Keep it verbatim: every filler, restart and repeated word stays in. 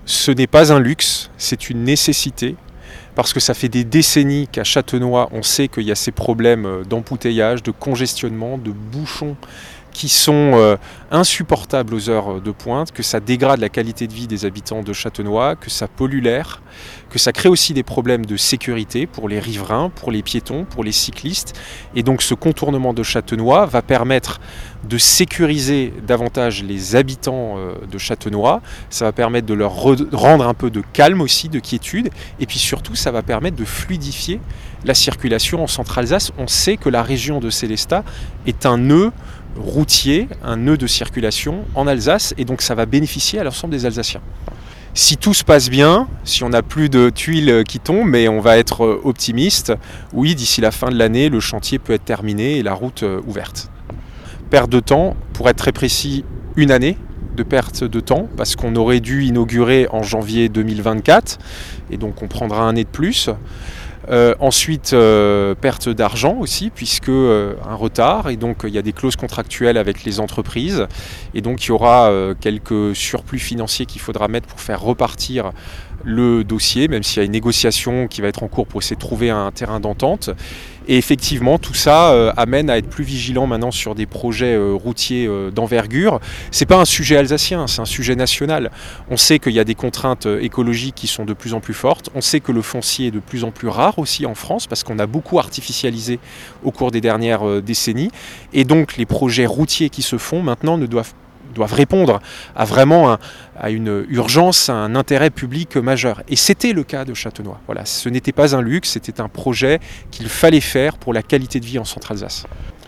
Ce n'est pas un luxe, c'est une nécessité, parce que ça fait des décennies qu'à Châtenois, on sait qu'il y a ces problèmes d'embouteillage, de congestionnement, de bouchons qui sont euh, insupportables aux heures de pointe, que ça dégrade la qualité de vie des habitants de Châtenois, que ça pollue l'air, que ça crée aussi des problèmes de sécurité pour les riverains, pour les piétons, pour les cyclistes. Et donc ce contournement de Châtenois va permettre de sécuriser davantage les habitants de Châtenois, ça va permettre de leur rendre un peu de calme aussi, de quiétude, et puis surtout ça va permettre de fluidifier la circulation en Centre-Alsace. On sait que la région de Sélestat est un nœud routier, un nœud de circulation en Alsace, et donc ça va bénéficier à l'ensemble des Alsaciens. Si tout se passe bien, si on n'a plus de tuiles qui tombent, mais on va être optimiste, oui, d'ici la fin de l'année, le chantier peut être terminé et la route ouverte. Perte de temps, pour être très précis, une année de perte de temps, parce qu'on aurait dû inaugurer en janvier deux mille vingt-quatre, et donc on prendra un an de plus. Euh, ensuite, euh, perte d'argent aussi, puisque euh, un retard, et donc il y a des clauses contractuelles avec les entreprises, et donc il y aura euh, quelques surplus financiers qu'il faudra mettre pour faire repartir le dossier, même s'il y a une négociation qui va être en cours pour essayer de trouver un terrain d'entente. Et effectivement, tout ça euh, amène à être plus vigilant maintenant sur des projets euh, routiers euh, d'envergure. C'est pas un sujet alsacien, c'est un sujet national. On sait qu'il y a des contraintes écologiques qui sont de plus en plus fortes. On sait que le foncier est de plus en plus rare aussi en France, parce qu'on a beaucoup artificialisé au cours des dernières euh, décennies. Et donc les projets routiers qui se font maintenant ne doivent doivent répondre à vraiment un, à une urgence, à un intérêt public majeur. Et c'était le cas de Châtenois. Voilà, ce n'était pas un luxe, c'était un projet qu'il fallait faire pour la qualité de vie en Centre-Alsace.